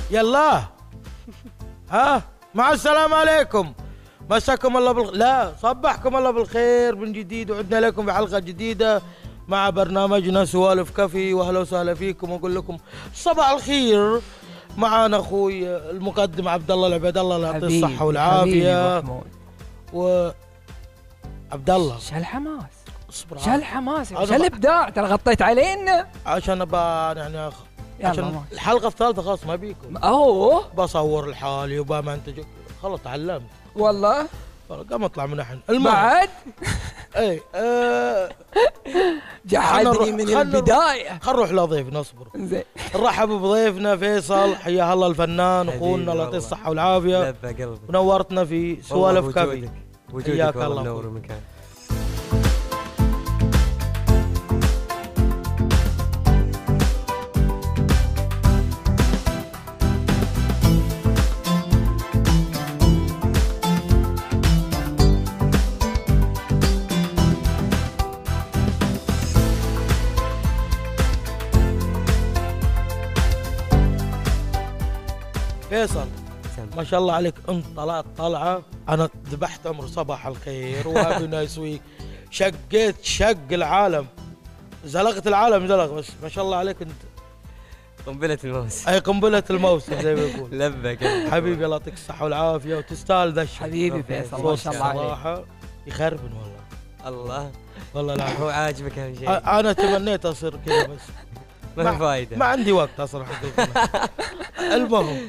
يلا ها مع السلامة عليكم. مساكم الله لا صبحكم الله بالخير من جديد، وعدنا لكم بحلقة جديدة مع برنامجنا سوالف كافي. واهلا وسهلا فيكم، واقول لكم صباح الخير. معانا اخوي المقدم عبد الله العبيد، الله يعطيه الصحة والعافية. و عبد الله شو الحماس؟ اصبر شو الحماس؟ شو الابداع؟ ترى غطيت علينا عشان يعني عشان الحلقة الثالثة خلاص ما بيكم. بصور لحالي وبمنتج، خلاص تعلمت والله. قام اطلع من الحين بعد اي جحدني من البداية. خل نروح لضيف نصبر. زين، نرحب بضيفنا فيصل، حياه الله الفنان اخونا، الله يعطيه الصحة والعافية. ونورتنا في سوالف كافي. حياك الله، منور المكان. فيصل ما شاء الله عليك، انت طلعت طلعه، انا ذبحت امر صباح الخير وابنا يسويك. شقيت شق العالم، زلقت العالم زلق، بس ما شاء الله عليك انت قنبلة الموسم. اي قنبلة الموسم زي ما يقول. لبك حبيبي الله يعطيك الصحة والعافية، وتستاهل ذا الشيء حبيبي فيصل ما شاء الله عليك. صراحة يخربن الله والله لا هو عاجبك اهم شيء. انا تمنيت اصير كذا بس ما في فايدة، ما عندي وقت اصلا حق. المهم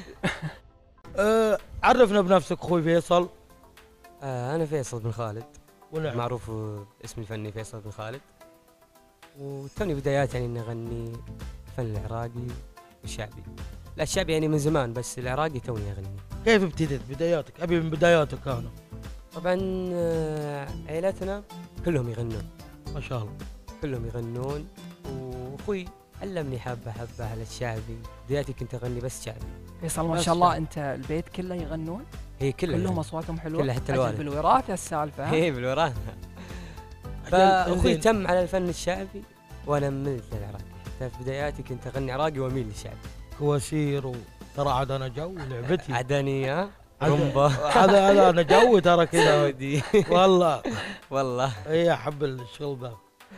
عرفنا بنفسك اخوي فيصل. انا فيصل بن خالد، ونعم. معروف اسمي الفني فيصل بن خالد، وتوني بدايات يعني اني اغني الفن العراقي والشعبي. لا الشعبي يعني من زمان، بس العراقي توني اغني. كيف ابتديت بداياتك؟ ابي من بداياتك انا. طبعا عائلتنا كلهم يغنون ما شاء الله، كلهم يغنون، واخوي علمني حبه على الشعبي. بدايتي كنت اغني بس شعبي. فيصل ما شاء الله انت البيت كله يغنون؟ هي كلهم اصواتهم حلوه؟ كلها حتى الوالد. بالوراثه السالفه. هي بالوراثه. فاخوي تم على الفن الشعبي وانا ملت للعراقي. حتى في بداياتي كنت اغني عراقي واميل للشعبي. كواسير ترى عاد انا جو لعبتي. عدنيه رمبا هذا انا جوي ترى كذا ودي والله اي احب الشغل ذا.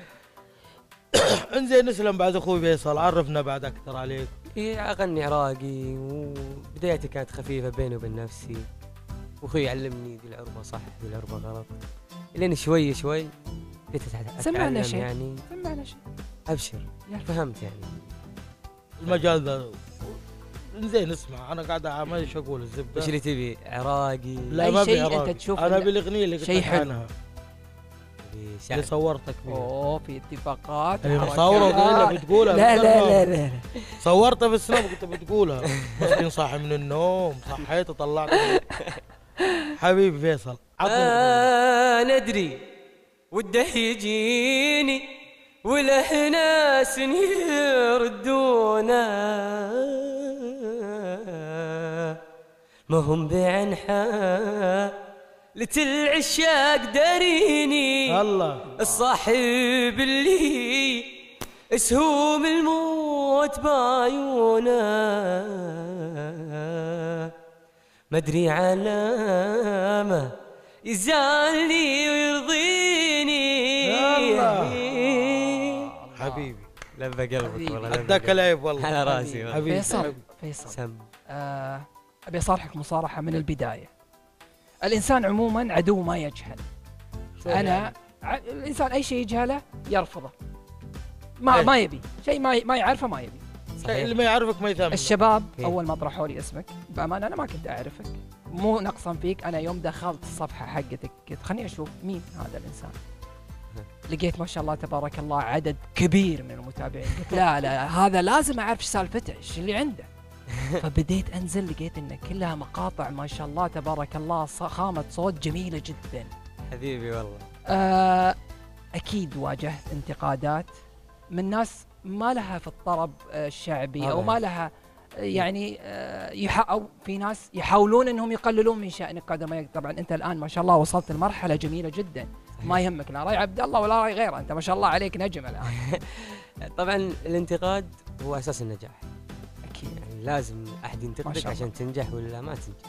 انزين نسلم بعد اخوي فيصل، عرفنا بعد اكثر عليك. اغني عراقي، وبدايتي كانت خفيفه بيني وبين نفسي، واخوي علمني ذي العربه صح ذي العربه غلط، لين شوي بديت سمعنا شيء يعني. سمعنا شيء ابشر فهمت يعني المجال ذا. زين اسمع، انا قاعد ما ايش اقول الزبده. ايش اللي تبي؟ عراقي؟ لا ما ابي عراقي، انت تشوف انا بالاغنيه اللي قلت عنها اللي صورتك فيها. في اتفاقات مصوره ولا بتقولها؟ لا صورتها في السناب كنت بتقولها. مسكين صاحي من النوم، صحيت وطلعت. حبيبي فيصل ندري وده يجيني وله ناس يردونا، ما هم بعنحا لتلعشاق داريني. الله الصاحب اللي اسهوم الموت بعيونا، ما ادري علامه يزعلني ويرضيني. حبيبي لبى قلبك والله، اداك العيب والله على راسي. حبيبي فيصل سم. ابي اصارحك مصارحه من البدايه. الانسان عموما عدو ما يجهل. انا الانسان اي شيء يجهله يرفضه، ما يبي شيء ما يعرفه، ما يبي شيء اللي ما يعرفك ما يثمن. الشباب اول ما طرحوا لي اسمك بامانه انا ما كنت اعرفك، مو نقصا فيك. انا يوم دخلت الصفحه حقتك قلت خليني اشوف مين هذا الانسان، لقيت ما شاء الله تبارك الله عدد كبير من المتابعين. قلت لا هذا لازم اعرف ايش سالفته، ايش اللي عنده. فبديت انزل لقيت ان كلها مقاطع ما شاء الله تبارك الله، خامة صوت جميلة جدا. حبيبي والله. اكيد واجهت انتقادات من ناس ما لها في الطرب الشعبي او ما لها يعني أو في ناس يحاولون انهم يقللون من شأنك قدر ما يقدر. طبعا انت الان ما شاء الله وصلت لمرحلة جميلة جدا، ما يهمك لا راي عبد الله ولا راي غيره، انت ما شاء الله عليك نجم الان. طبعا الانتقاد هو اساس النجاح اكيد. يعني يعني لازم احد ما ينتقدك شاء الله. عشان تنجح ولا ما تنجح.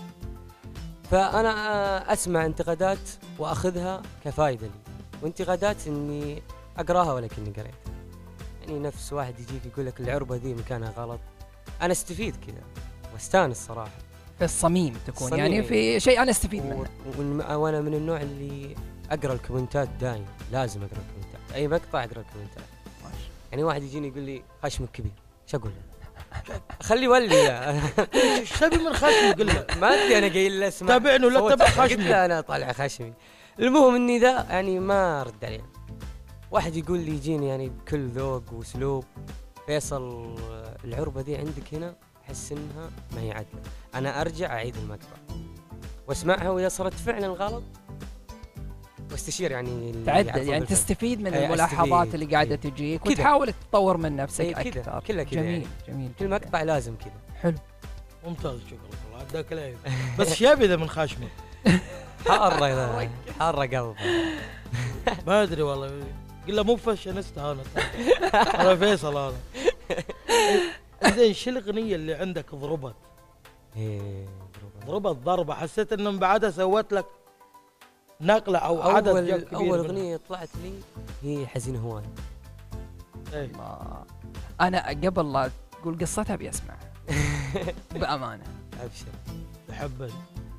فانا اسمع انتقادات واخذها كفائده لي، وانتقادات اني اقراها ولكني قريتها. يعني نفس واحد يجيك يقول لك العربه ذي مكانها غلط، انا استفيد كذا واستانس صراحه. في الصميم تكون الصميم، يعني في شيء انا استفيد منه. وانا من النوع اللي اقرا الكومنتات دايم، لازم اقرا الكومنتات، اي مقطع اقرا الكومنتات. يعني واحد يجيني يقول لي خشمك كبير، ايش اقول له؟ خلي ولي ايش تبي من خشمي؟ قل له ما ادري، انا قايل له اسمع تابعني ولا صوت. تتابع قلت خشمي؟ له انا طالع خشمي. المهم اني ذا يعني ما ارد عليه. واحد يقول لي يجيني يعني بكل ذوق واسلوب، فيصل العربه ذي عندك هنا احس انها ما هي عدله، انا ارجع اعيد المقطع واسمعها، واذا صارت فعلا غلط واستشير يعني اللي تعدل يعرفون يعني بالفن. تستفيد من أي الملاحظات أستفيد. اللي قاعده إيه. تجيك كذا. وتحاول تطور من نفسك إيه كذا، اكثر. كلها كذا جميل يعني. جميل كل جداً. مقطع لازم كذا. حلو. ممتاز، شكرا والله عداك العيب. بس شيابي ذا من خشمي حارة ذا، حارة قلبه. ما ادري والله. قل له مو فاشينيست انا فيصل انا. زين، شو الاغنيه اللي عندك ضربت؟ ايه ضربت ضربه، حسيت انه من بعدها سوت لك نقله او عدد جاب كبير اول منها. اغنيه طلعت لي هي حزين هواي. إيه. الله. انا قبل لا تقول قصتها ابي اسمع بامانه. ابشر. تحبني.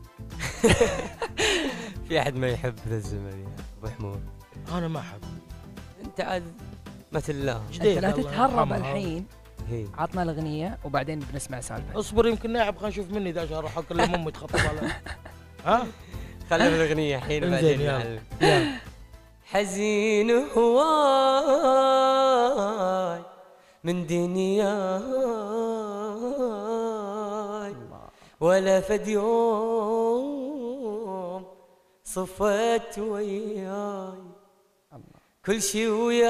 في احد ما يحب ذا الزمن يا ابو حمود؟ انا ما احب. انت عاد مثل الله. انت جديد لا الله تتهرب يرحمها. الحين، هي عطنا الاغنيه وبعدين بنسمع سالفه. اصبر يمكن ناعب، خلينا نشوف مني ذا عشان اروح اكل امي تخطب على. ها؟ خلينا الاغنيه الحين انزين، بعدين يلا. نعلم. يلا. حزين هواي من دنياي، ولا فد يوم صفت وياي، كل شي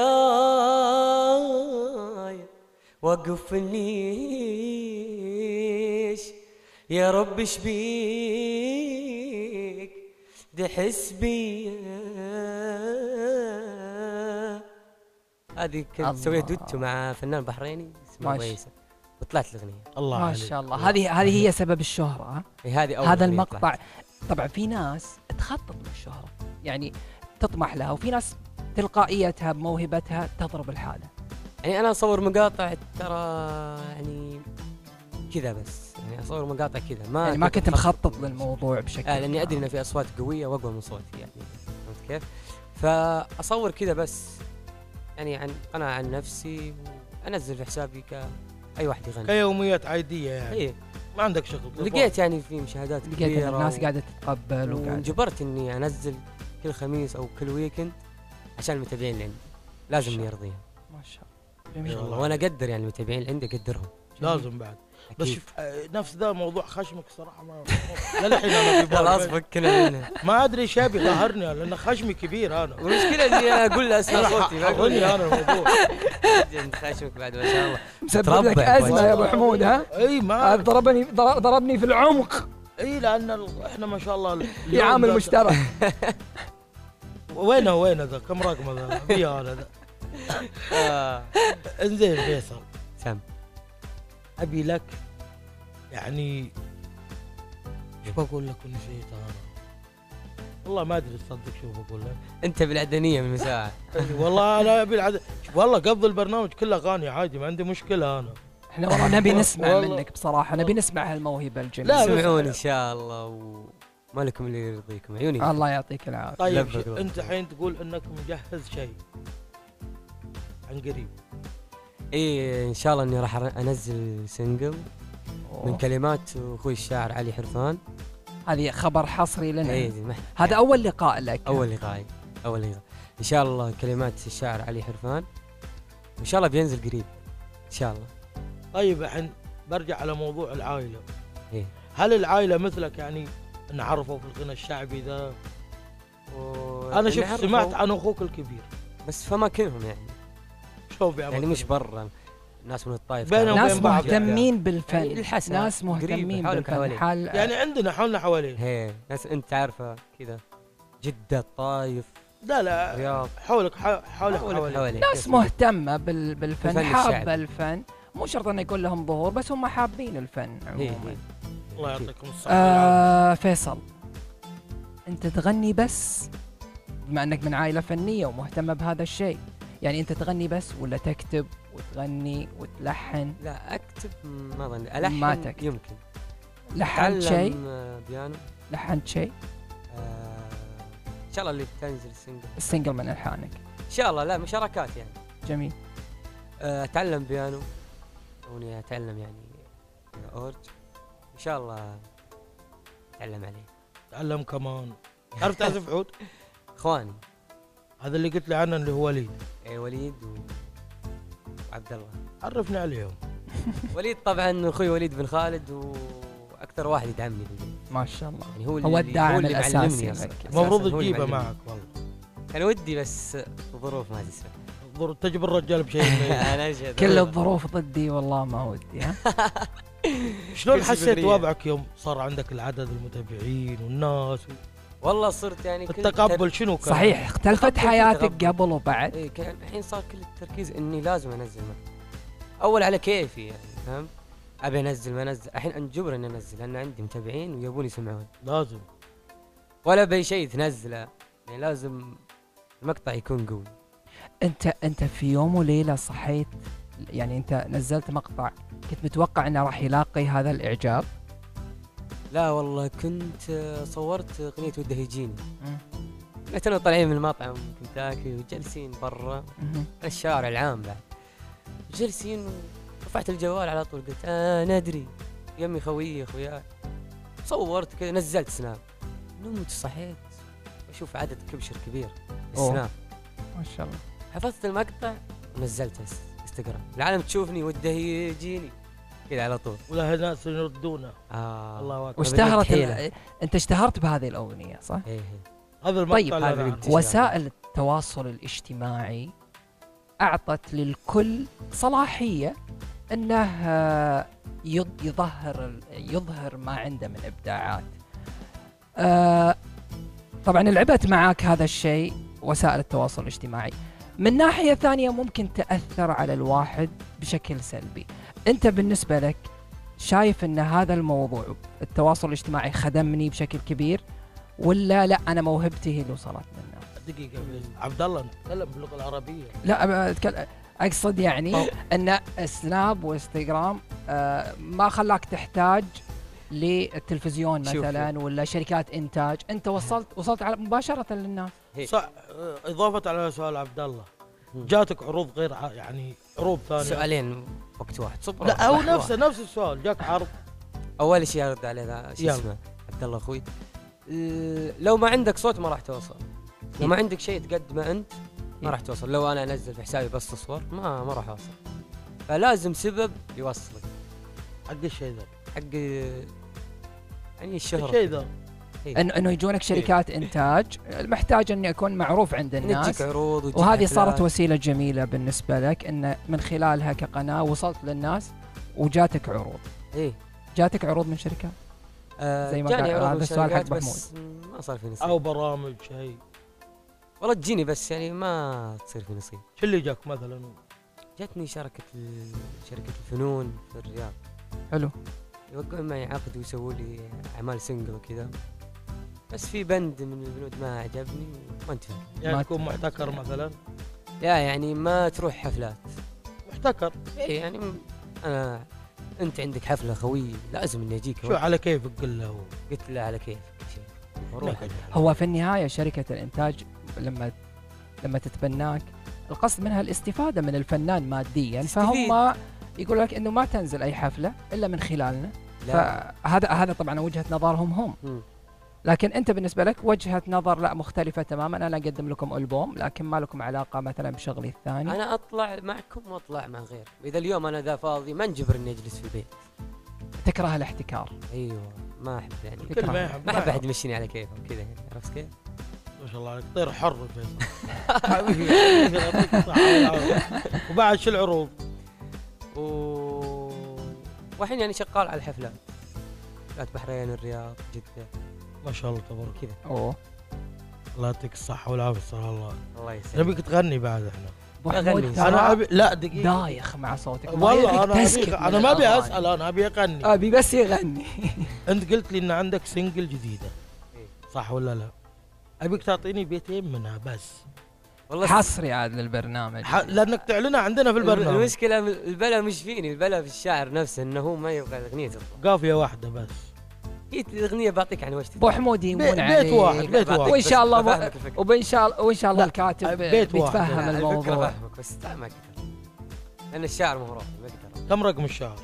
وياي وقف ليش يا رب ايش بيك دحس بيا. هذه كنت سويت دوتو مع فنان بحريني اسمه ماشي. ويسة، وطلعت الاغنيه. الله ما عليك. شاء الله. هذه هي سبب الشهره. ها؟ هذه اول هذا أغنية المقطع. طلعت. طبعا في ناس تخطط للشهره، يعني تطمح لها، وفي ناس تلقائيتها بموهبتها تضرب الحاله. يعني انا اصور مقاطع ترى يعني كذا، بس يعني اصور مقاطع كذا، يعني ما كنت مخطط للموضوع بشكل لاني ادري ان في اصوات قويه واقوى من صوتي، يعني فهمت كيف؟ فاصور كذا بس يعني عن قناعه عن نفسي، وانزل في حسابي كاي واحد يغني. كيوميات عاديه يعني. ايه ما عندك شغل. لقيت يعني في مشاهدات لقيت كبيره إن الناس قاعده تتقبل وقاعده. وانجبرت اني انزل كل خميس او كل ويكند عشان المتابعين اللي عندي، لازم اني ارضيهم. ما شاء الله. جميل. والله. وانا اقدر يعني المتابعين اللي عندي اقدرهم. لازم بعد. بس أكيد. شوف نفس ذا موضوع خشمك صراحه ما للحين انا في خلاص بالي. فكنا منه. ما ادري ايش ابي قهرني لان خشمي كبير انا. والمشكله اني اقول له اسمع صوتي، ما اقول حرني انا الموضوع. انت خشمك بعد ما شاء الله. مسبب تربع لك ازمه بوجهك. يا ابو حمود. ها؟ اي ما ضربني في العمق. اي لان احنا ما شاء الله في عامل مشترك. وين ذا كم رقمه ذا فيها انا ذا. انزين فيصل، سم ابي لك يعني شو بقول لك ونسيت انا والله ما ادري تصدق شو بقول لك. انت بالعدنيه من مساعة. والله انا ابي والله قبل البرنامج كله اغاني عادي، ما عندي مشكله انا. احنا والله نبي نسمع والله. منك بصراحه، نبي نسمع هالموهبه الجميله. لا، بس- سمعون ان شاء الله، وما لكم اللي يرضيكم عيوني. الله يعطيك العافيه. طيب لبك الله. انت الحين تقول انك مجهز شيء عن قريب. ايه ان شاء الله اني راح انزل سنجل من كلمات اخوي الشاعر علي حرفان. هذه خبر حصري لنا. ايه هذا اول لقاء لك. اول لقاء ان شاء الله، كلمات الشاعر علي حرفان، وان شاء الله بينزل قريب ان شاء الله. طيب الحين برجع على موضوع العائله. إيه. هل العائله مثلك يعني نعرفوا في الغنى الشعبي ذا؟ انا شفت نعرفه، سمعت عن اخوك الكبير. بس فما كلهم يعني شوف يا يعني مش برا، ناس من الطائف بينهم كانوا- ناس وبين بعض مهتمين بالفن. يعني الحسن ناس قريب، مهتمين حولك بالفن. حواليك. حال يعني عندنا حولنا حواليه. هي ناس انت عارفه كذا، جدة، الطائف، لا الرياض، حولك حولك حواليه. حواليك ناس مهتمة بالفن، بالفن حابة الشعبي. الفن، مو شرط انه يكون لهم ظهور، بس هم حابين الفن عموما. الله يعطيكم الصحة والعافية. فيصل، انت تغني بس بما انك من عائلة فنية ومهتمة بهذا الشيء، يعني انت تغني بس ولا تكتب وتغني وتلحن؟ لا اكتب ما اظن، الحن ما تكتب. يمكن. لحنت شيء؟ بيانو. لحنت شيء؟ ان شاء الله اللي تنزل السنجل من الحانك ان شاء الله. لا مشاركات يعني. جميل. اتعلم بيانو، وني اتعلم يعني اورج، ان شاء الله اتعلم عليه. تعلم كمان. تعرف تعزف عود؟ اخواني هذا اللي قلت لي عنه اللي هو وليد. اي وليد وعبد الله. عرفني عليهم. وليد طبعا اخوي وليد بن خالد، واكثر واحد يدعمني في البيت. ما شاء الله. يعني هو الداعم الاساسي لك. المفروض تجيبه معك والله. كان ودي بس الظروف ما تسمح. تجيب الرجال بشيء. انا كل الظروف ضدي والله ما ودي. ها شلون حسيت وضعك يوم صار عندك العدد المتابعين والناس والله صرت يعني التقبل شنو كان؟ صحيح اختلفت حياتك قبل وبعد. اي كان الحين صار كل التركيز اني لازم انزل اول على كيفي يعني، فهمت؟ ابي انزل ما انزل، الحين انجبر اني انزل لان عندي متابعين ويبون يسمعون. لازم ولا باي شيء تنزله، يعني لازم المقطع يكون قوي. انت في يوم وليله صحيت، يعني انت نزلت مقطع كنت متوقع انه راح يلاقي هذا الاعجاب؟ لا والله كنت صورت اغنيه وده يجيني. كنا طالعين من المطعم كنتاكي وجالسين برا الشارع العام بعد، جالسين رفعت الجوال على طول قلت ندري يمي خوياي، صورت كذا نزلت سناب، نمت صحيت اشوف عدد كبشر كبير السناب ما شاء الله. حفظت المقطع ونزلته انستغرام، العالم تشوفني وده يجيني كذا على طول، ولا ناس يردونه. الله اكبر. واشتهرت انت اشتهرت بهذه الاغنيه صح؟ ايه هذا المقطع. طيب وسائل التواصل الاجتماعي اعطت للكل صلاحيه انه يظهر ما عنده من ابداعات. طبعا لعبت معك هذا الشيء وسائل التواصل الاجتماعي، من ناحيه ثانيه ممكن تاثر على الواحد بشكل سلبي. انت بالنسبه لك شايف ان هذا الموضوع التواصل الاجتماعي خدمني بشكل كبير، ولا لا انا موهبتي هي اللي وصلت للناس؟ دقيقه عبد الله نتكلم باللغه العربيه. لا اقصد يعني ان سناب وانستغرام ما خلاك تحتاج للتلفزيون مثلا ولا شركات انتاج، انت وصلت على مباشره للناس. صح. اضافه على سؤال عبد الله، جاتك عروض غير يعني عروض ثانيه؟ سؤالين وقت واحد. صبر. لا هو نفس السؤال. جاك عرض؟ اول شيء ارد عليه ذا شو اسمه عبد الله اخوي، لو ما عندك صوت ما راح توصل، لو ما عندك شيء تقدمه انت ما راح توصل. لو انا انزل في حسابي بس صور ما راح اوصل، فلازم سبب يوصلك. حق الشيء ذا، حق يعني الشهرة الشيء ذا، انه يجونك شركات انتاج، محتاج اني اكون معروف عند الناس، نجيك عروض وهذه صارت وسيله جميله بالنسبه لك ان من خلالها كقناه وصلت للناس وجاتك عروض. ايه جاتك عروض من شركات؟ زي ما قال هذا السؤال حق محمود. ما صار في نصيب او برامج شيء؟ والله تجيني بس يعني ما تصير في نصيب. شو اللي جاك مثلا؟ جاتني شركه الفنون في الرياض. حلو. يوقعون معي عقد ويسووا لي اعمال سنجل وكذا، بس في بند من البنود ما عجبني وما انتفع. يعني تكون محتكر مثلا؟ لا يعني ما تروح حفلات. محتكر؟ ايه يعني انت عندك حفله خوي لازم اني اجيك. شو على كيفك؟ قل له. قلت له على كيفك روح. هو في النهايه شركه الانتاج لما تتبناك القصد منها الاستفاده من الفنان ماديا، فهم يقول لك انه ما تنزل اي حفله الا من خلالنا. فهذا طبعا وجهه نظرهم هم. لكن انت بالنسبه لك وجهه نظر لا مختلفه تماما، انا اقدم لكم البوم لكن ما لكم علاقه مثلا بشغلي الثاني. انا اطلع معكم واطلع مع غير، اذا اليوم انا ذا فاضي ما نجبر اني اجلس في البيت. تكره الاحتكار؟ ايوه ما احب يعني. ما احب احد يمشيني على كيفه كذا يعني، عرفت كيف؟ ما شاء الله عليك طير حر فيصل. حبيبي يعطيك الصحة. وبعد شو العروض؟ والحين يعني شغال على الحفلات، بحرين، الرياض، جدة. ما شاء الله تبارك كذا. اوه الله يعطيك الصحة والعافية. صراحة الله يسلمك. نبيك تغني بعد احنا. أبو حمود أغني. ترى انا ابي لا دقيقه دايخ مع صوتك، والله انا تسكت ابي من انا ما ابي الأغاني. اسال، انا ابي اغني. ابي بس يغني. انت قلت لي ان عندك سنجل جديده إيه. صح ولا لا؟ ابيك تعطيني بيتين منها بس والله حصري عاد للبرنامج. لانك تعلنها عندنا في البرنامج. المشكلة البلا مش فيني، البلا في الشاعر نفسه، انه هو ما يبغى الاغنية تطلع. قافيه واحده بس. هي الاغنية بعطيك عن وش ابو حمود يمون بيت عليك. واحد، بيت واحد. وان شاء الله بفهمك الفكرة. وان شاء الله لا، الكاتب بيت واحد. بيتفهم الفكرة الموضوع. فاهمك بس لا ما قدر، لان الشاعر مو رافض ما قدر. كم رقم الشهر؟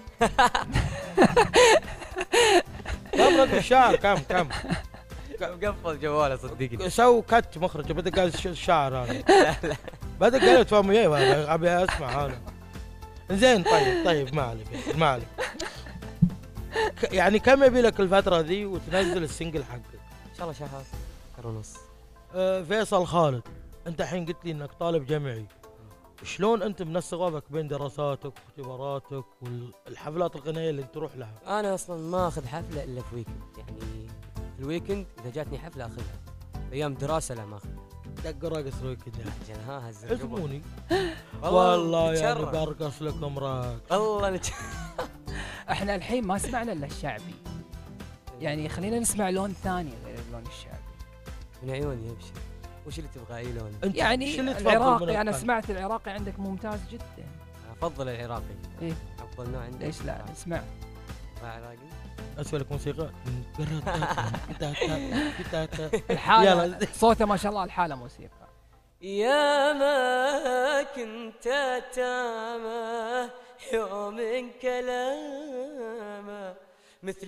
كم رقم الشهر؟ كم؟ مقفل جواله صدقني. سو كت مخرج بدك قال الشعر هذا. بدك قال تفهم وياه ابي اسمع انا. زين طيب ما عليك. يعني كم يبي لك الفترة ذي وتنزل السنجل حقك؟ ان شاء الله شهر ونص. فيصل خالد، انت الحين قلت لي انك طالب جامعي، شلون انت منسق وقتك بين دراساتك واختباراتك والحفلات الغنائيه اللي انت تروح لها؟ انا اصلا ما اخذ حفلة الا في ويكند، يعني في الويكند اذا جاتني حفلة اخذها، ايام دراسة لا ما اخذ. دق راقص رويكد يعني. عشان ها الزرقاء. عزموني والله يعني نتشرف. برقص لكم راقص. والله احنا الحين ما سمعنا الا الشعبي، يعني خلينا نسمع لون ثاني غير اللون الشعبي. من عيوني يبشر. وش اللي تبغى اي لون؟ انت يعني شو اللي تفضل من العراقي، انا الثاني؟ سمعت العراقي عندك ممتاز جدا. افضل العراقي. إيه. افضل نوع عندي. ليش لا نسمع؟ عراقي. اسوي لك موسيقى. الحالة يلا. صوته ما شاء الله، الحالة موسيقى. يا ما كنت تامه يوم كلامه مثل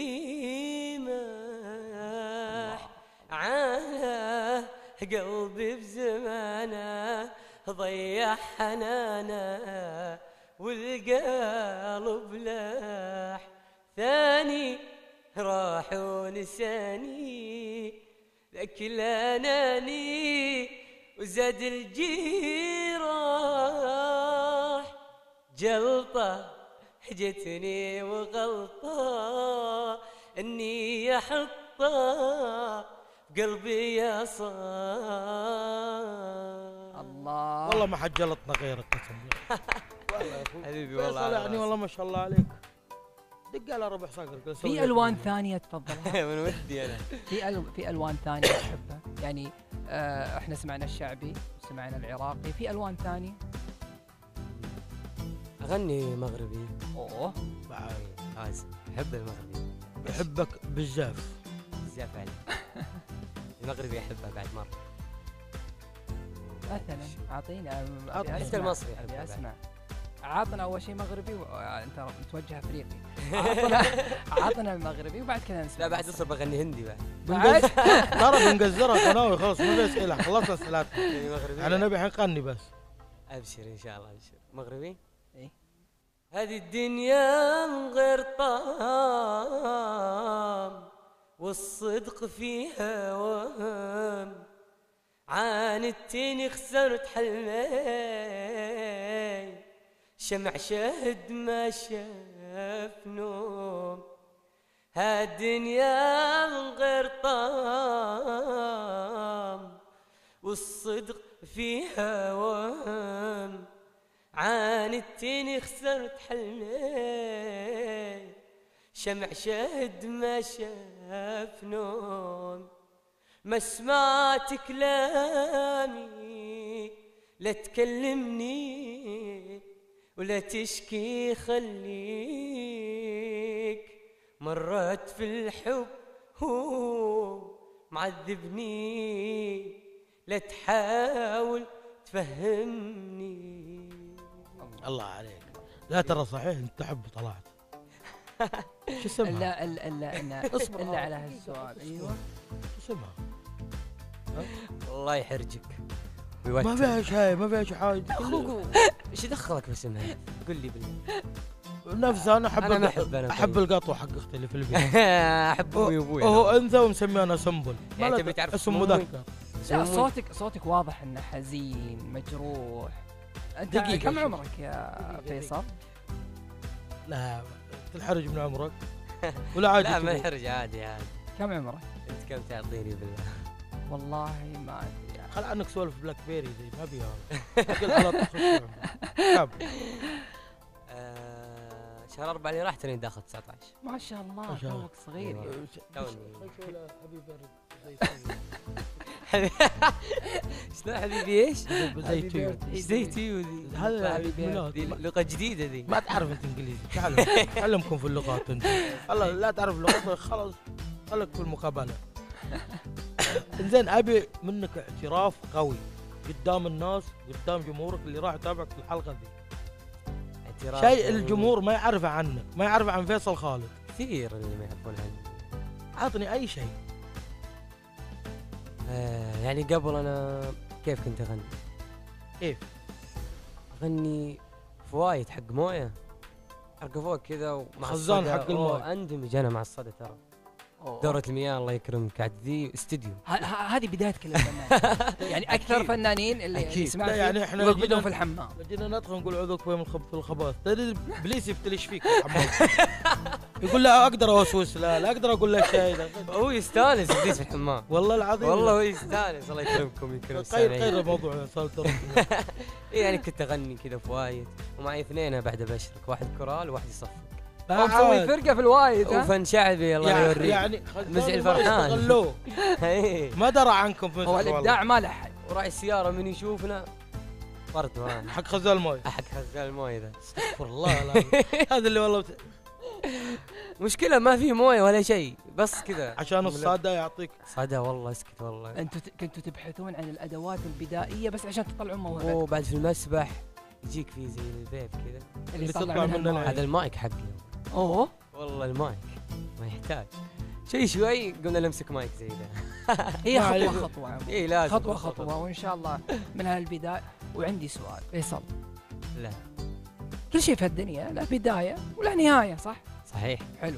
الريمح على قلبي بزمانه ضيع حنانه والقلب لاح ثاني راح ونساني لكن اناني وزاد الجراح جلطة جتني وغلطة اني احطها بقلبي يا صاح. الله. والله ما حد جلطنا غيرك قسم بالله. والله يا اخوي حبيبي فيصل والله يعني والله ما شاء الله عليك. دق على ربع صقرك. في الوان ثانية تفضلها؟ من ودي انا. في الوان ثانية تحبها؟ يعني احنا سمعنا الشعبي وسمعنا العراقي، في الوان ثانية؟ اغني مغربي. اوه عايز احب المغربي. بحبك بزاف. بزاف عليه. المغربي احبه بعد مره. مثلا اعطينا. أبي حتى أسمع. المصري أبي أحبه اسمع. عطنا اول شيء مغربي انت متوجه افريقي. عطنا المغربي وبعد كذا نسمع. لا بعد اصير بغني هندي بعد. بعد. ترى بنقزرها قناوي خلاص ما في اسئله خلصنا اسئلات. يعني مغربي. انا نبي حنغني بس. ابشر ان شاء الله ابشر. مغربي. إيه. هذه الدنيا من غير طعام والصدق فيها وهم عاندتني خسرت حلمي شمع شاهد ما شاف نوم هالدنيا من غير طعام والصدق فيها وهم عاندتني خسرت حلمي شمع شاهد ما شاف نوم ما سمعت كلامي لا تكلمني ولا تشكي خليك مرات في الحب هو معذبني لا تحاول تفهمني. الله عليك. لا ترى صحيح انت تحب طلعت. شو اسمها؟ لا اصبر الا على هالسؤال. ايوه شو اسمها؟ الله يحرجك ما فيها شيء ما فيها شيء حاجه. ايش دخلك باسمها؟ قل لي بالله. نفسها انا أنا ما أحب أنا احب طيب. القطوه حق اختي اللي في البيت. احب امي وابوي. هو انثى ومسميه انا سنبل. يعني ما تبي له تعرف اسم اسم مذكر. لا صوتك واضح انه حزين مجروح. انت دقيقة كم شوف. عمرك يا فيصل؟ لا تنحرج من عمرك ولا عادي؟ لا ما تقول. يحرج عادي عادي. كم عمرك؟ انت كم تعطيني بالله؟ والله ما ادري. خل عنك سوالف بلاك بيري ذي ما بيها. كل على طول. كم؟ شهر 4 اللي راح ترى داخل 19. ما شاء الله ما شاء الله. توك صغير أيوة. يعني. توني. حبيب برد شلون حبيبي ايش؟ زي تيو. ايش زي تيو ذي؟ هذا ذي ميلاد. لغة جديدة ذي. ما تعرف انت انجليزي. تعلمكم في اللغات انت. والله لا تعرف اللغات خلاص خلك في المقابلة. انزين ابي منك اعتراف قوي قدام الناس قدام جمهورك اللي راح يتابعك في الحلقة ذي. شيء الجمهور ما يعرفه عنك ما يعرف عن فيصل خالد. كثير اللي ما يعرفون عني. عطني اي شيء. يعني قبل انا كيف كنت اغني؟ كيف؟ اغني فوايد حق مويه ارقى فوق كذا ومع خزان الصدى. حق المويه. اندمج انا مع الصدى ترى. دورة المياه الله يكرمك عاد ذي استديو. هذه بداية كل الفنانين. يعني أكثر أكيد. فنانين اللي أكيد. سمعت لا يعني احنا يوقدون في الحمام. جينا ندخل نقول عذوك في الخباث تدري ابليس يفتلش فيك يا حماد. يقول لا اقدر اوسوس لا اقدر اقول له شيء هو يستانس ابليس في الحمام. والله العظيم والله هو يستانس الله يكرمكم يكرم غير الموضوع صار يعني كنت اغني كذا فوايد ومعي اثنين بعد بشرك واحد كورال وواحد يصفق. هو مسوي فرقة في الوايد ها؟ وفن شعبي الله يوريك. يعني مزعل فرحان. استغلوه ما درى عنكم في هو الإبداع ما له حد. وراعي السيارة من يشوفنا فرد ورانا حق خزان المويه حق خزان المويه ذا. استغفر الله لا هذا اللي والله مشكلة ما في مويه ولا شيء بس كذا عشان الصادة يعطيك صدى والله اسكت والله. أنتوا كنتوا تبحثون عن الأدوات البدائية بس عشان تطلعون موهبة. وبعد في المسبح يجيك فيه زي الفيب كذا اللي تطلع يطلع منه منها العين. هذا المايك حقي. أوه. والله المايك ما يحتاج شوي قمنا نمسك مايك زي ذا. هي ما خطوة عليك. خطوة عمو. اي لازم خطوة خطوة وإن شاء الله من هالبداية. وعندي سؤال فيصل، لا كل شيء في الدنيا له بداية وله نهاية صح؟ صحيح. حلو.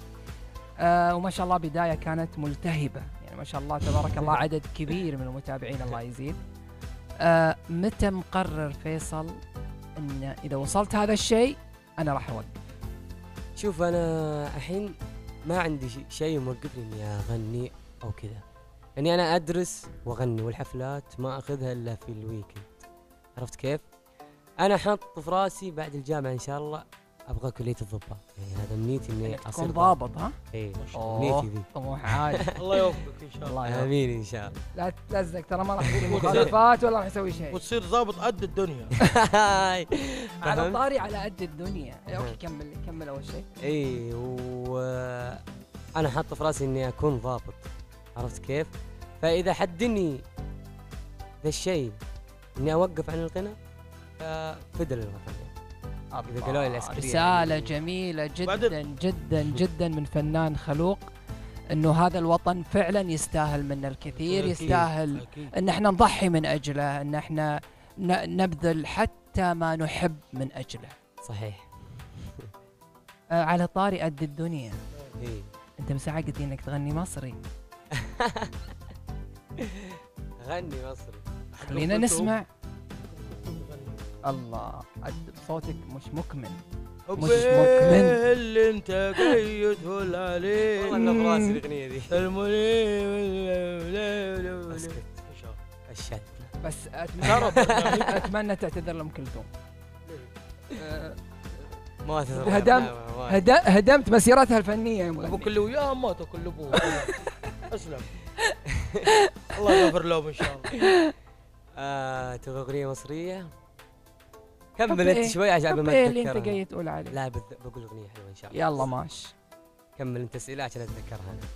وما شاء الله بداية كانت ملتهبة يعني ما شاء الله تبارك الله عدد كبير من المتابعين الله يزيد. متى مقرر فيصل ان اذا وصلت هذا الشيء انا راح اوقف؟ شوف انا الحين ما عندي شيء موقفني اني اغني او كذا. يعني انا ادرس واغني والحفلات ما اخذها الا في الويكند. عرفت كيف؟ انا حط في راسي بعد الجامعه ان شاء الله ابغى كليه الضباط. يعني هذا امنيتي اني تكون اصير ضابط ها؟ اي أوه. امنيتي ذي. طموح عالي. الله يوفقك ان شاء الله الله يوفقك. امين ان شاء الله. لا تلزق ترى ما راح يصير مخالفات ولا راح يسوي شيء. وتصير ضابط قد الدنيا. على فهمت؟ الطاري على قد الدنيا. اوكي كمل اول شيء. اي وانا حاط في راسي اني اكون ضابط. عرفت كيف؟ فاذا حدني ذا الشيء اني اوقف عن الغنى ففدى للوطن. إذا قالوا لي العسكرية رسالة يعني جميلة جدا جدا جدا من فنان خلوق انه هذا الوطن فعلا يستاهل منا الكثير. يستاهل أكيد. ان احنا نضحي من اجله، ان احنا نبذل حتى ما نحب من اجله. صحيح. على طاري قد الدنيا، إيه. انت مساعة قلت انك تغني مصري. غني مصري. خلينا نسمع. الله صوتك مش مكمل. مش مكمل. اللي انت قايد تقول عليه والله انه في راسي الاغنيه ذي. اسكت. الشد. بس اتمنى تعتذر لأم كلثوم. ما هدمت مسيرتها الفنية يا ابو مغني. كل وياه مات كل ابوه. اسلم. الله يغفر لهم ان شاء الله. تبغى اغنيه مصريه؟ حب كمل انت إيه؟ شوي عشان حب ما إيه اللي انت اتذكرها. قاعد تقول عليه؟ لا بقول اغنيه حلوه ان شاء الله. يلا ماشي. كمل انت اسئله عشان اتذكرها انا.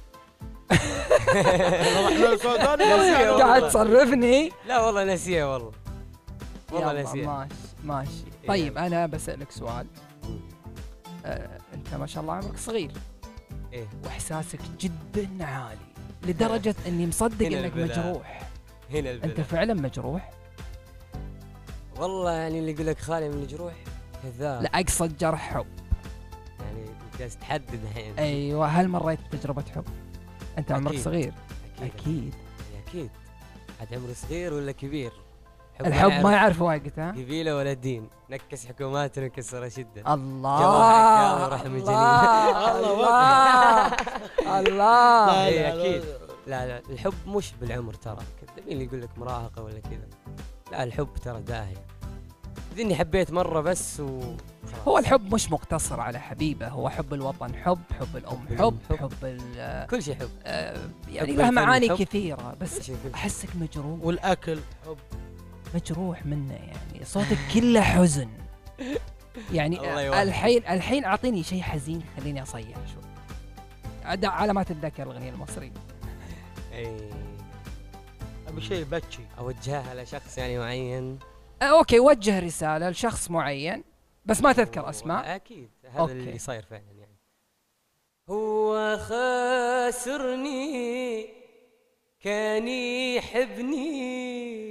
رحنا لسوداني قاعد تصرفني. لا والله نسيها والله. والله يلا نسيها. ماشي. إيه. طيب انا بسألك سؤال. انت ما شاء الله عمرك صغير ايه واحساسك جدا عالي لدرجة اني مصدق هنا انك البلاء. مجروح. هنا انت البلد. فعلا مجروح؟ والله يعني اللي يقول لك خالي من الجروح كذاب. لا اقصد جرح حب. يعني جالس تحدد الحين. ايوه هل مريت بتجربة حب؟ انت عمرك أكيد. صغير. اكيد اكيد. اكيد. عاد عمره صغير ولا كبير؟ الحب ما يعرف وقتها. قبيله ولا دين، نكس حكومات ونكسر شده. الله جماعة ورحم الله الله الله. لا إيه، لا أكيد. لا لا، الحب مش بالعمر ترى، كذابين اللي يقول لك مراهقة ولا كذا. لا، الحب ترى داهية. إني حبيت مرة بس وخلاص. هو الحب مش مقتصر على حبيبة، هو حب الوطن حب الأم حب كل شيء حب. يعني حب له الفن معاني حب. كثيرة، كل بس شيء حب. أحسك مجروح، والاكل حب. مجروح منه، يعني صوتك كله حزن. يعني الله يوفقك. الحين أعطيني شيء حزين خليني أصيح شوي. على ما تتذكر الأغنية المصرية. إيه. ابي شيء بتشي. أوجهها لشخص يعني معين. أوكي، وجه رسالة لشخص معين بس ما تذكر أسماء. أكيد هذا أوكي. اللي صاير فعلا يعني. هو خاسرني كان يحبني،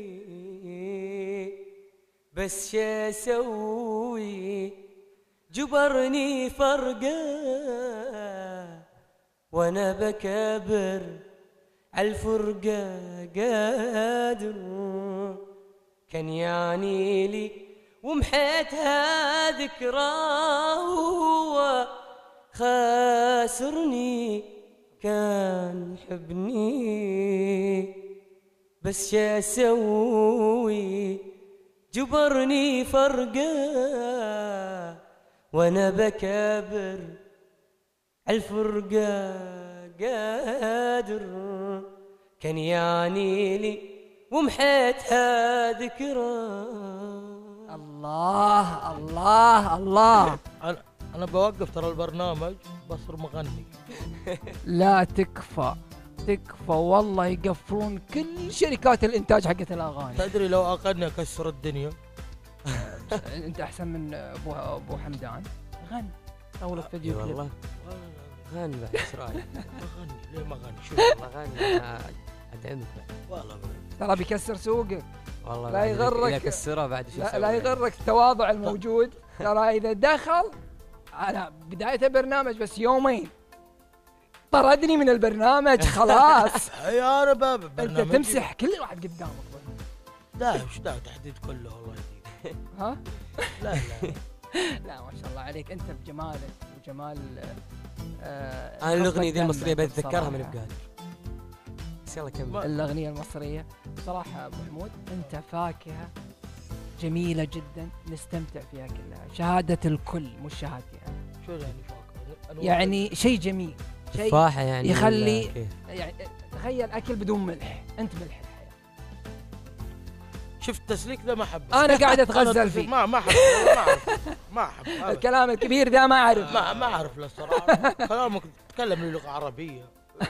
بس شا سوي جبرني فرقه، وانا بكابر عالفرقة قادر. كان يعني لي ومحيتها ذكراه، هو خاسرني كان يحبني، بس شا سوي جبرني فرقه، وانا بكابر عالفرقة قادر. كان يعني لي ومحيتها ذكرى. الله الله الله. انا بوقف ترى البرنامج بصر مغني. لا تكفى والله، يقفلون كل شركات الانتاج حقت الاغاني. تدري لو اغني اكسر الدنيا. انت احسن من ابو حمدان. غني طول فيديو كليب. والله غني بعد ايش رايك؟ اغني ليه ما اغني؟ شوف والله غني أنا ادعمك بعد. والله ترى بيكسر سوقك. والله لا بعد يغرك. إذا كسرها بعد شو لا يغرك التواضع الموجود. ترى اذا دخل على بداية البرنامج بس يومين طردني من البرنامج خلاص. يا رباب انت تمسح كل واحد قدامك. لا وش ده تحديد كله والله يهديك. ها؟ لا لا لا ما شاء الله عليك انت بجمالك وجمال. انا الاغنيه ذي المصريه خفة بتذكرها دمك من بصراحة. بقادر. بس يلا كمل. الأغنية المصرية بصراحة أبو حمود أنت فاكهة جميلة جدا نستمتع فيها كلها، شهادة الكل مش شهادتي أنا. شو يعني فاكهة؟ يعني شيء جميل، شيء تفاحه يعني يخلي ولا كيف؟ يعني تخيل أكل بدون ملح، أنت ملح الحياة. شفت التسليك ذا ما احبه. أنا قاعد أتغزل فيه. ما احب ما احب الكلام الكبير ذا ما أعرف. ما اعرف للصراحه. كلامك تتكلم لي لغه عربيه.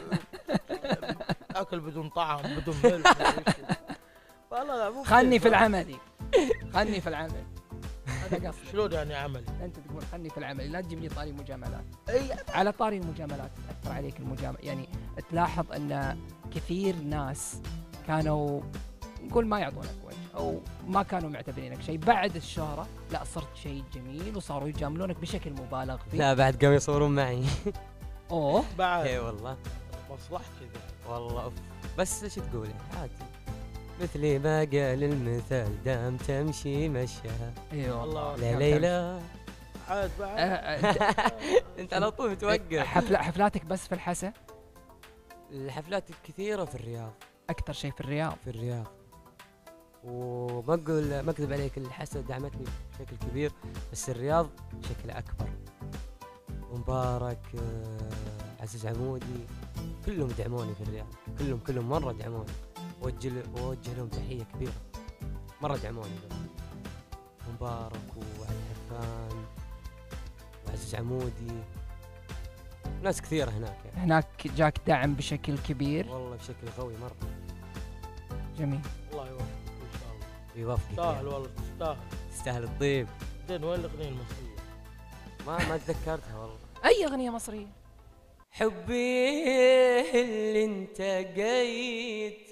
اكل بدون طعم بدون ملح. والله لا مو خلني كيف. في العملي، خلني في العمل. هذا قصدي. شلون يعني عملي؟ أنت تقول خلني في العمل، لا تجيب لي طاري مجاملات. اي على طاري المجاملات تأثر عليك المجاملة، يعني تلاحظ أن كثير ناس كانوا نقول ما يعطونك وجه أو ما كانوا معتبرينك شيء، بعد الشهرة لا صرت شيء جميل وصاروا يجاملونك بشكل مبالغ فيه. لا بعد قاموا يصورون معي. أوه بعد اي والله مصلحتي ذا. والله أوف. بس ايش تقول عادي، مثل ما قال المثال دام تمشي مشاها. اي والله. الله. لا ليلى. عاد بعد انت على طول توقف. حفلاتك بس في الحسا؟ الحفلات الكثيره في الرياض. أكثر شيء في الرياض. في الرياض. وما اقول ما اكذب عليك، الحسد دعمتني بشكل كبير، بس الرياض بشكل اكبر. ومبارك عزيز عمودي كلهم دعموني في الرياض، كلهم مره دعموني. ووجه لهم تحيه كبيره، مره دعموني لهم. مبارك وعلي حرفان وعزيز عمودي، ناس كثيره هناك يعني. هناك جاك دعم بشكل كبير. والله بشكل قوي مره. جميل. الله يوفقك ان شاء الله. يوفقك تستاهل يعني. والله تستاهل. تستاهل الطيب. زين وين الاغنيه المصريه؟ ما تذكرتها والله. أي أغنية مصرية؟ حبي اللي انت قيت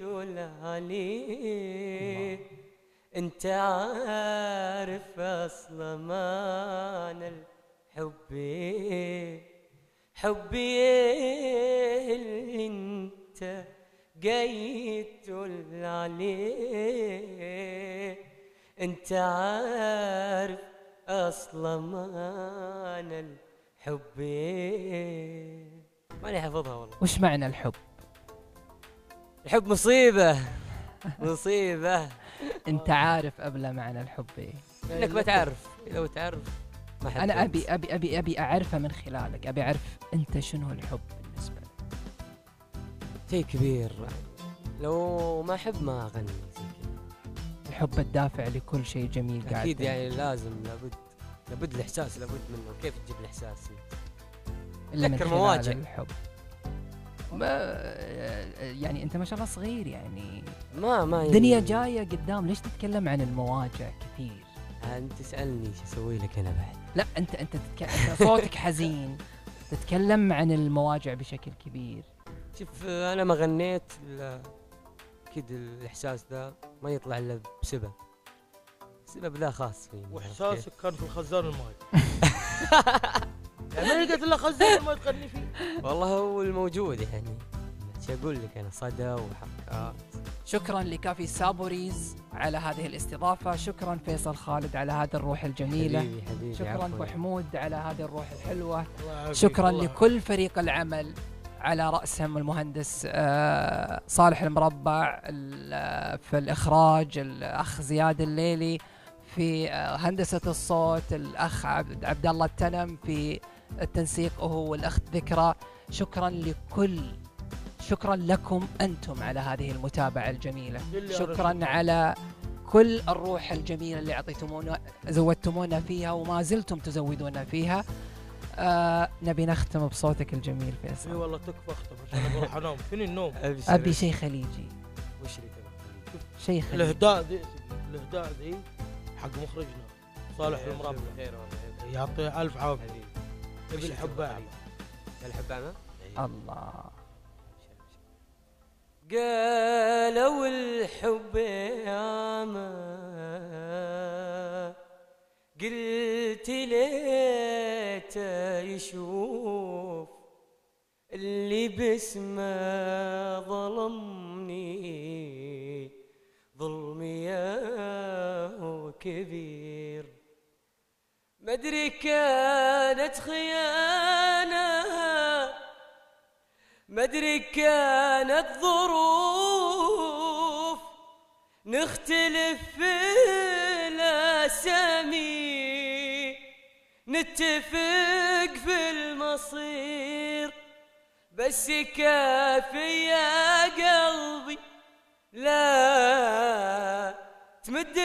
عليه، انت عارف اصلا معنى الحب. حبي اللي انت قيت عليه، انت عارف اصلا معنى الحب. ماني حافظها والله. وش معنى الحب؟ الحب مصيبة. مصيبة. انت عارف قبل معنى الحب ايه؟ انك ما تعرف، لو تعرف ما حد انا ينسى. ابي اعرفه من خلالك، ابي اعرف انت شنو الحب بالنسبه لك. شيء كبير، لو ما احب ما اغني زي كذا. الحب الدافع لكل شيء جميل قاعد اكيد تقول. يعني لازم، لابد الاحساس، لابد منه. كيف تجيب الاحساس انت؟ إلا من تذكر خلال مواجع. الحب. يعني انت ما شاء الله صغير يعني ما الدنيا جايه قدام، ليش تتكلم عن المواجع كثير؟ انت تسالني ايش اسوي لك انا بعد؟ لا انت صوتك حزين، تتكلم عن المواجع بشكل كبير. شوف انا ما غنيت اكيد الاحساس ذا ما يطلع الا بسبب. السبب ذا خاص فيني. واحساسك كان في الخزان الماي. يعني ما لقيت الا خزان الماي تغني فيه. والله هو الموجود يعني. شو اقول لك انا، صدى وحركات. شكرا لكافي سابوريز على هذه الاستضافه، شكرا فيصل خالد على هذه الروح الجميله، حبيبي شكرا عفواً. ابو حمود على هذه الروح الحلوه، الله يعافيك، شكرا الله لكل فريق العمل على رأسهم المهندس صالح المربع، في الإخراج الأخ زياد الليلي، في هندسة الصوت الأخ عبد الله التنم، في التنسيق هو والأخت ذكرى. شكرا لكم أنتم على هذه المتابعة الجميلة، شكرا على كل الروح الجميلة اللي أعطيتمونا زودتمونا فيها وما زلتم تزودونا فيها. نبي نختم بصوتك الجميل فيصل. اي والله تكفى اختم عشان أنا بروح انام، فيني النوم. ابي شيء خليجي، وش اللي تبغى؟ شيء خليجي. الاهداء ذي حق مخرجنا صالح المربع، خير والله. يعطيه الف عافيه. حبيبي. يبي الحب اعلى. الحب اعمى. الله. قالوا الحب ياما، قلت ليته يشوف اللي باسمه ظلمني، ظلمي يا كبير. مدري كانت خيانة، مدري كانت ظروف، نختلف في الأسامي، نتفق في المصير، بس كافي يا قلبي لا تمد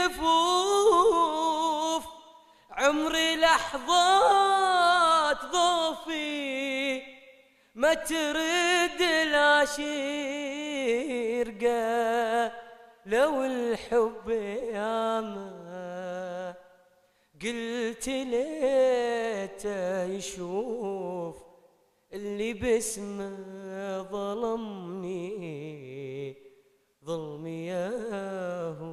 الكفوف. عمري لحظات ضوفي ما ترد العشير، لو الحب ياما، قلت ليته يشوف اللي باسمه ظلمني، ظلمي ياهو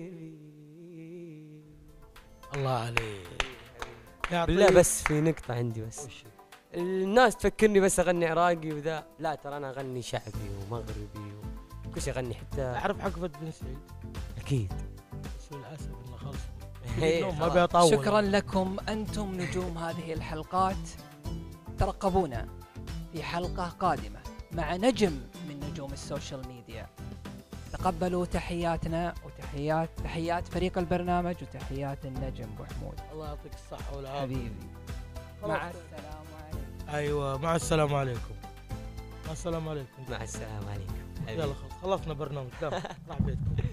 كبير. الله عليك. بالله بس في نقطة عندي بس. الناس تفكرني بس اغني عراقي وذا، لا ترى انا اغني شعبي ومغربي وكل شيء اغني حتى. اعرف حقبة بن سعيد اكيد. بس للاسف انه خلص. إيه، ما بيطول. شكرا لكم أنتم نجوم هذه الحلقات. ترقبونا في حلقة قادمة مع نجم من نجوم السوشيال ميديا. تقبلوا تحياتنا تحيات فريق البرنامج وتحيات النجم أبو حمود. الله يعطيك الصحة والعافية حبيبي. مع السلامة عليكم. ايوه مع السلامة عليكم. مع السلامة عليكم. مع السلامة عليكم. يلا خلصنا برنامج. راح بيتكم.